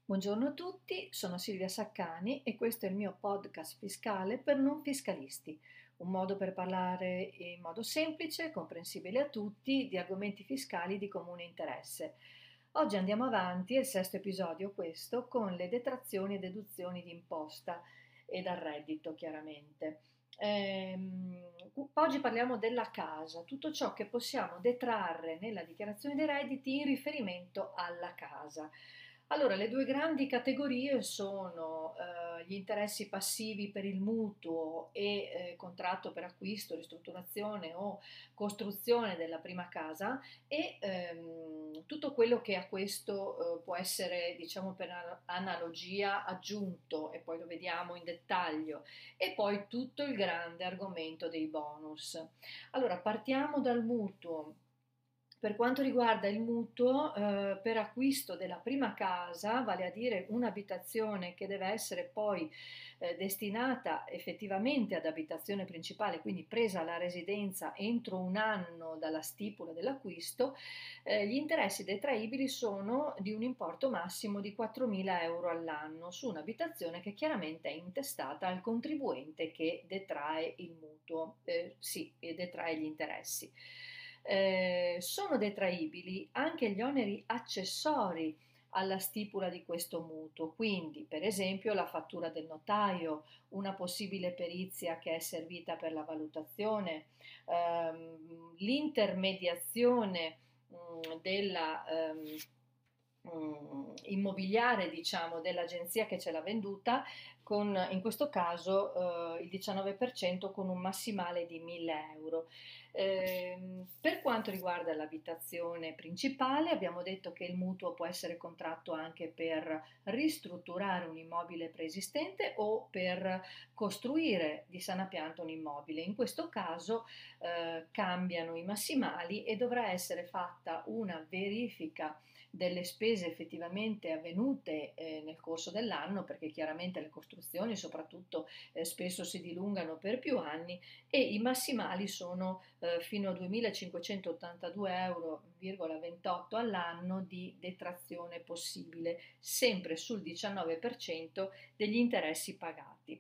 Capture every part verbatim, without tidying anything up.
Buongiorno a tutti, sono Silvia Saccani e questo è il mio podcast fiscale per non fiscalisti, un modo per parlare in modo semplice, comprensibile a tutti, di argomenti fiscali di comune interesse. Oggi andiamo avanti, è il sesto episodio questo, con le detrazioni e deduzioni di imposta e dal reddito chiaramente. Ehm, oggi parliamo della casa, tutto ciò che possiamo detrarre nella dichiarazione dei redditi in riferimento alla casa. Allora, le due grandi categorie sono eh, gli interessi passivi per il mutuo e eh, contratto per acquisto, ristrutturazione o costruzione della prima casa e ehm, tutto quello che a questo eh, può essere, diciamo, per analogia aggiunto, e poi lo vediamo in dettaglio, e poi tutto il grande argomento dei bonus. Allora, partiamo dal mutuo. Per quanto riguarda il mutuo, eh, per acquisto della prima casa, vale a dire un'abitazione che deve essere poi eh, destinata effettivamente ad abitazione principale, quindi presa alla residenza entro un anno dalla stipula dell'acquisto, eh, gli interessi detraibili sono di un importo massimo di quattromila euro all'anno su un'abitazione che chiaramente è intestata al contribuente che detrae il mutuo, eh, sì, detrae gli interessi. Eh, sono detraibili anche gli oneri accessori alla stipula di questo mutuo, quindi per esempio la fattura del notaio, una possibile perizia che è servita per la valutazione, ehm, l'intermediazione mh, della ehm, mh, immobiliare, diciamo, dell'agenzia che ce l'ha venduta, con in questo caso eh, il diciannove per cento con un massimale di mille euro. Ehm, per quanto riguarda l'abitazione principale, abbiamo detto che il mutuo può essere contratto anche per ristrutturare un immobile preesistente o per costruire di sana pianta un immobile. In questo caso eh, cambiano i massimali e dovrà essere fatta una verifica delle spese effettivamente avvenute eh, nel corso dell'anno, perché chiaramente le costruzioni soprattutto eh, spesso si dilungano per più anni, e i massimali sono eh, fino a duemilacinquecentottantadue virgola ventotto euro all'anno di detrazione possibile, sempre sul diciannove per cento degli interessi pagati.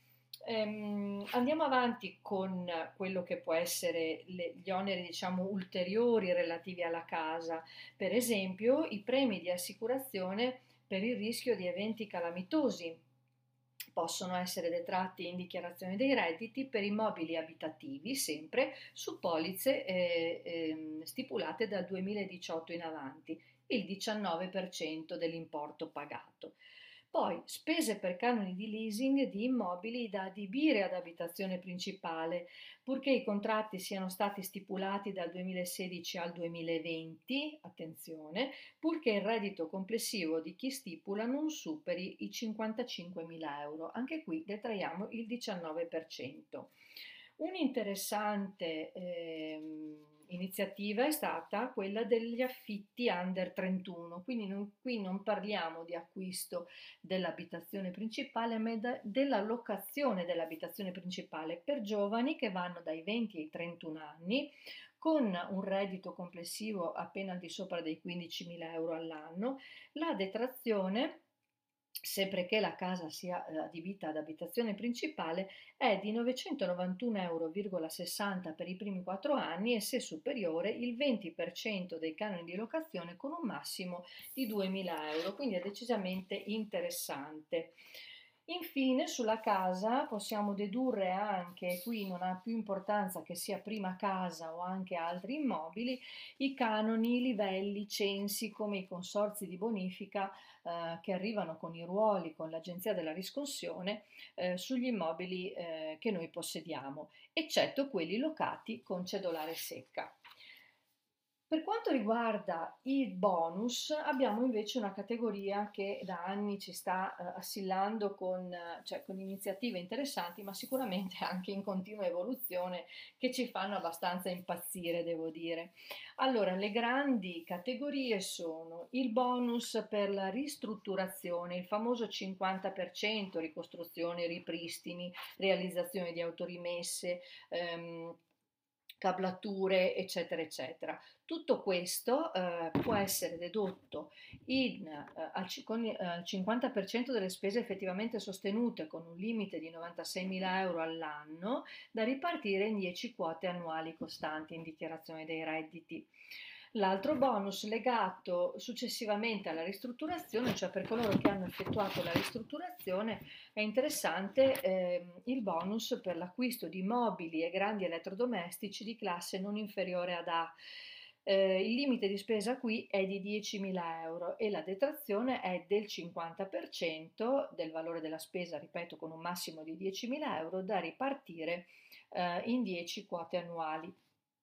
Ehm, andiamo avanti con quello che può essere le, gli oneri, diciamo, ulteriori relativi alla casa, per esempio i premi di assicurazione per il rischio di eventi calamitosi possono essere detratti in dichiarazione dei redditi per immobili abitativi, sempre su polizze eh, eh, stipulate dal duemiladiciotto in avanti, il diciannove per cento dell'importo pagato. Poi spese per canoni di leasing di immobili da adibire ad abitazione principale, purché i contratti siano stati stipulati dal duemilasedici al duemilaventi, attenzione, purché il reddito complessivo di chi stipula non superi i cinquantacinquemila euro. Anche qui detraiamo il diciannove per cento. Un'interessante ehm, iniziativa è stata quella degli affitti under trentuno, quindi non, qui non parliamo di acquisto dell'abitazione principale, ma da, della locazione dell'abitazione principale per giovani che vanno dai venti ai trentuno anni, con un reddito complessivo appena al di sopra dei quindicimila euro all'anno. La detrazione, sempre che la casa sia eh, adibita ad abitazione principale, è di novecentonovantuno virgola sessanta euro per i primi quattro anni e, se superiore, il venti per cento dei canoni di locazione con un massimo di duemila euro, quindi è decisamente interessante. Infine, sulla casa possiamo dedurre anche, qui non ha più importanza che sia prima casa o anche altri immobili, i canoni, i livelli, censi come i consorzi di bonifica eh, che arrivano con i ruoli, con l'Agenzia della Riscossione eh, sugli immobili eh, che noi possediamo, eccetto quelli locati con cedolare secca. Per quanto riguarda il bonus, abbiamo invece una categoria che da anni ci sta eh, assillando con, eh, cioè, con iniziative interessanti, ma sicuramente anche in continua evoluzione, che ci fanno abbastanza impazzire, devo dire. Allora, le grandi categorie sono il bonus per la ristrutturazione, il famoso cinquanta per cento, ricostruzione, ripristini, realizzazione di autorimesse, ehm, cablature, eccetera, eccetera. Tutto questo eh, può essere dedotto in, eh, al, con, eh, al cinquanta per cento delle spese effettivamente sostenute, con un limite di novantaseimila euro all'anno, da ripartire in dieci quote annuali costanti in dichiarazione dei redditi. L'altro bonus legato successivamente alla ristrutturazione, cioè per coloro che hanno effettuato la ristrutturazione, è interessante eh, il bonus per l'acquisto di mobili e grandi elettrodomestici di classe non inferiore ad A. Eh, il limite di spesa qui è di diecimila euro e la detrazione è del cinquanta per cento del valore della spesa, ripeto, con un massimo di diecimila euro da ripartire eh, in dieci quote annuali.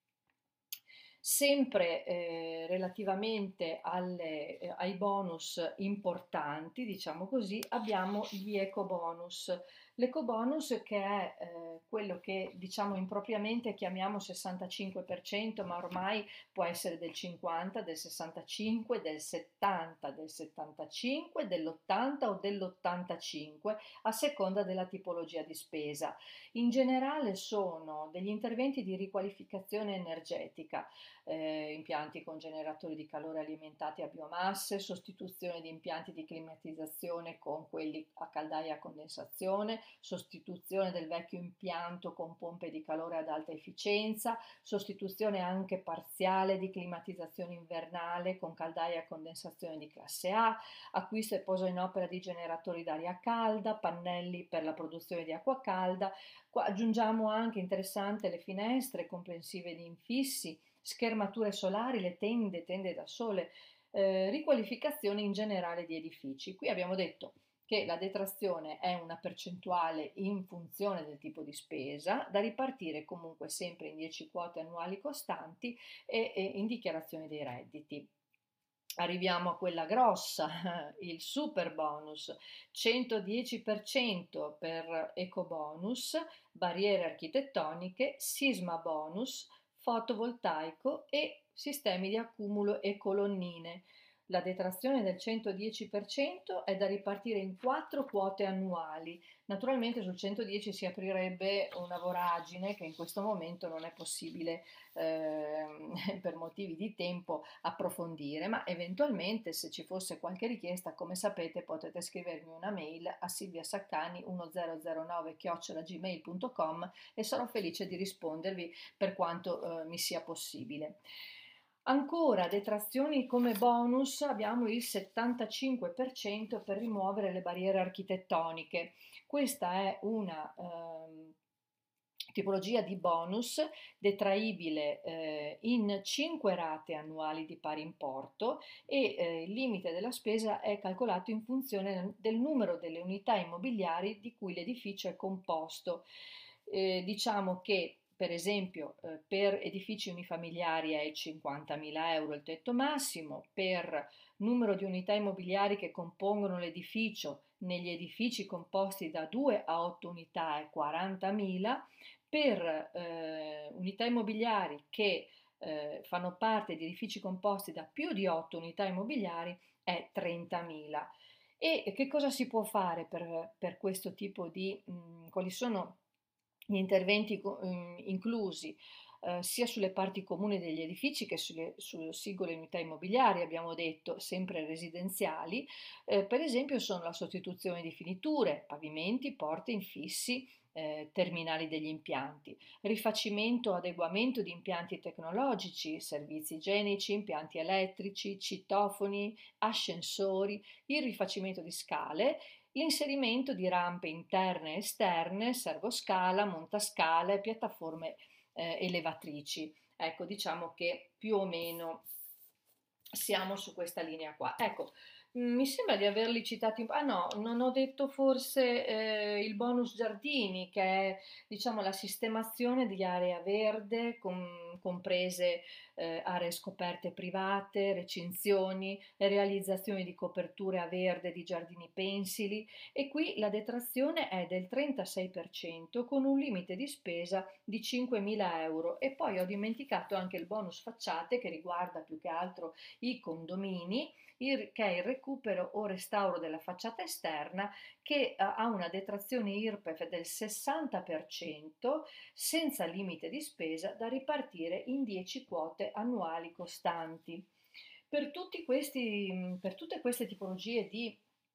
Sempre eh, relativamente alle, eh, ai bonus importanti, diciamo così, abbiamo gli ecobonus. L'ecobonus che è eh, quello che diciamo impropriamente chiamiamo sessantacinque per cento, ma ormai può essere del cinquanta, del sessantacinque, del settanta, del settantacinque, dell'ottanta o dell'ottantacinque, a seconda della tipologia di spesa. In generale sono degli interventi di riqualificazione energetica, eh, impianti con generatori di calore alimentati a biomasse, sostituzione di impianti di climatizzazione con quelli a caldaia a condensazione, sostituzione del vecchio impianto con pompe di calore ad alta efficienza, sostituzione anche parziale di climatizzazione invernale con caldaia a condensazione di classe A, acquisto e posa in opera di generatori d'aria calda, pannelli per la produzione di acqua calda. Qua aggiungiamo anche, interessante, le finestre comprensive di infissi, schermature solari, le tende, tende da sole, eh, riqualificazione in generale di edifici. Qui abbiamo detto che la detrazione è una percentuale in funzione del tipo di spesa, da ripartire comunque sempre in dieci quote annuali costanti e, e in dichiarazione dei redditi. Arriviamo a quella grossa, il super bonus, centodieci per cento per ecobonus, barriere architettoniche, sisma bonus, fotovoltaico e sistemi di accumulo e colonnine. La detrazione del centodieci per cento è da ripartire in quattro quote annuali. Naturalmente sul centodieci si aprirebbe una voragine che in questo momento non è possibile eh, per motivi di tempo approfondire, ma eventualmente se ci fosse qualche richiesta, come sapete, potete scrivermi una mail a silviasaccani millezenonove chiocciola gmail punto com e sarò felice di rispondervi per quanto eh, mi sia possibile. Ancora detrazioni come bonus abbiamo il settantacinque per cento per rimuovere le barriere architettoniche. Questa è una eh, tipologia di bonus detraibile eh, in cinque rate annuali di pari importo e eh, il limite della spesa è calcolato in funzione del numero delle unità immobiliari di cui l'edificio è composto. Eh, diciamo che per esempio eh, per edifici unifamiliari è cinquantamila euro il tetto massimo, per numero di unità immobiliari che compongono l'edificio negli edifici composti da due a otto unità è quarantamila, per eh, unità immobiliari che eh, fanno parte di edifici composti da più di otto unità immobiliari è trentamila. E che cosa si può fare per, per questo tipo di, mh, quali sono gli interventi mh, inclusi? Eh, sia sulle parti comuni degli edifici che sulle, sulle singole unità immobiliari, abbiamo detto, sempre residenziali, eh, per esempio sono la sostituzione di finiture, pavimenti, porte, infissi, eh, terminali degli impianti, rifacimento o adeguamento di impianti tecnologici, servizi igienici, impianti elettrici, citofoni, ascensori, il rifacimento di scale, l'inserimento di rampe interne e esterne, servoscala, montascale, piattaforme eh, elevatrici. Ecco, diciamo che più o meno siamo su questa linea qua. Ecco, mi sembra di averli citati. Ah no, non ho detto forse eh, il bonus giardini, che è diciamo la sistemazione di area verde, com- comprese eh, aree scoperte private, recinzioni, realizzazione di coperture a verde di giardini pensili, e qui la detrazione è del trentasei per cento con un limite di spesa di cinquemila euro. E poi ho dimenticato anche il bonus facciate che riguarda più che altro i condomini, il, che è il recupero o restauro della facciata esterna, che ha una detrazione I R P E F del sessanta per cento senza limite di spesa da ripartire in dieci quote annuali costanti. Per, tutti questi, per tutte queste tipologie di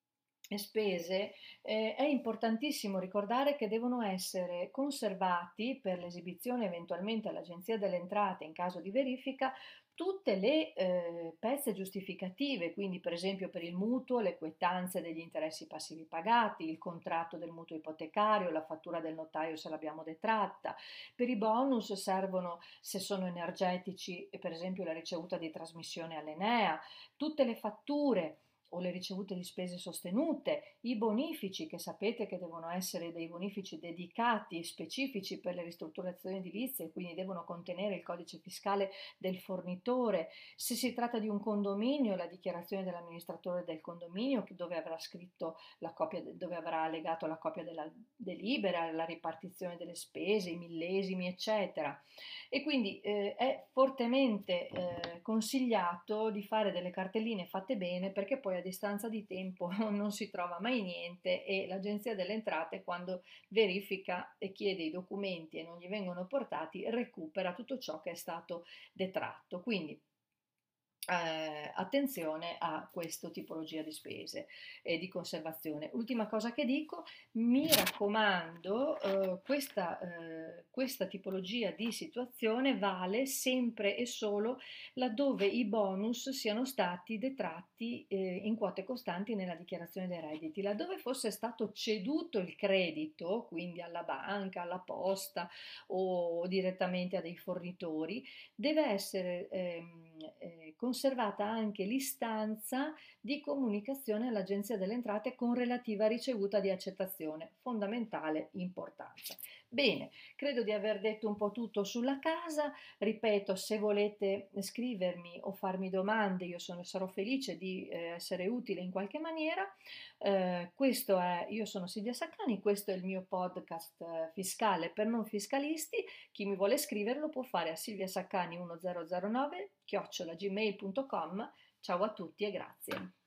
spese eh, è importantissimo ricordare che devono essere conservati per l'esibizione eventualmente all'Agenzia delle Entrate in caso di verifica tutte le eh, pezze giustificative, quindi per esempio per il mutuo le quietanze degli interessi passivi pagati, il contratto del mutuo ipotecario, la fattura del notaio se l'abbiamo detratta. Per i bonus servono, se sono energetici, per esempio la ricevuta di trasmissione all'Enea, tutte le fatture o le ricevute di spese sostenute, i bonifici, che sapete che devono essere dei bonifici dedicati, specifici per le ristrutturazioni edilizie, quindi devono contenere il codice fiscale del fornitore. Se si tratta di un condominio, la dichiarazione dell'amministratore del condominio, dove avrà scritto la copia, dove avrà allegato la copia della delibera, la ripartizione delle spese, i millesimi, eccetera. E quindi eh, è fortemente eh, consigliato di fare delle cartelline fatte bene, perché poi a distanza di tempo non si trova mai niente e l'Agenzia delle Entrate, quando verifica e chiede i documenti e non gli vengono portati, recupera tutto ciò che è stato detratto. Quindi eh, attenzione a questa tipologia di spese e di conservazione. Ultima cosa che dico, mi raccomando, eh, questa, eh, questa tipologia di situazione vale sempre e solo laddove i bonus siano stati detratti eh, in quote costanti nella dichiarazione dei redditi. Laddove fosse stato ceduto il credito, quindi alla banca, alla posta o direttamente a dei fornitori, deve essere ehm, eh, conservata anche l'istanza di comunicazione all'Agenzia delle Entrate con relativa ricevuta di accettazione, fondamentale importanza. Bene, credo di aver detto un po' tutto sulla casa. Ripeto, se volete scrivermi o farmi domande, io sono, sarò felice di eh, essere utile in qualche maniera. Eh, questo è, io sono Silvia Saccani, questo è il mio podcast eh, fiscale per non fiscalisti. Chi mi vuole scriverlo può fare a silviasaccani uno zero zero nove chiocciola gmail punto com. Ciao a tutti e grazie.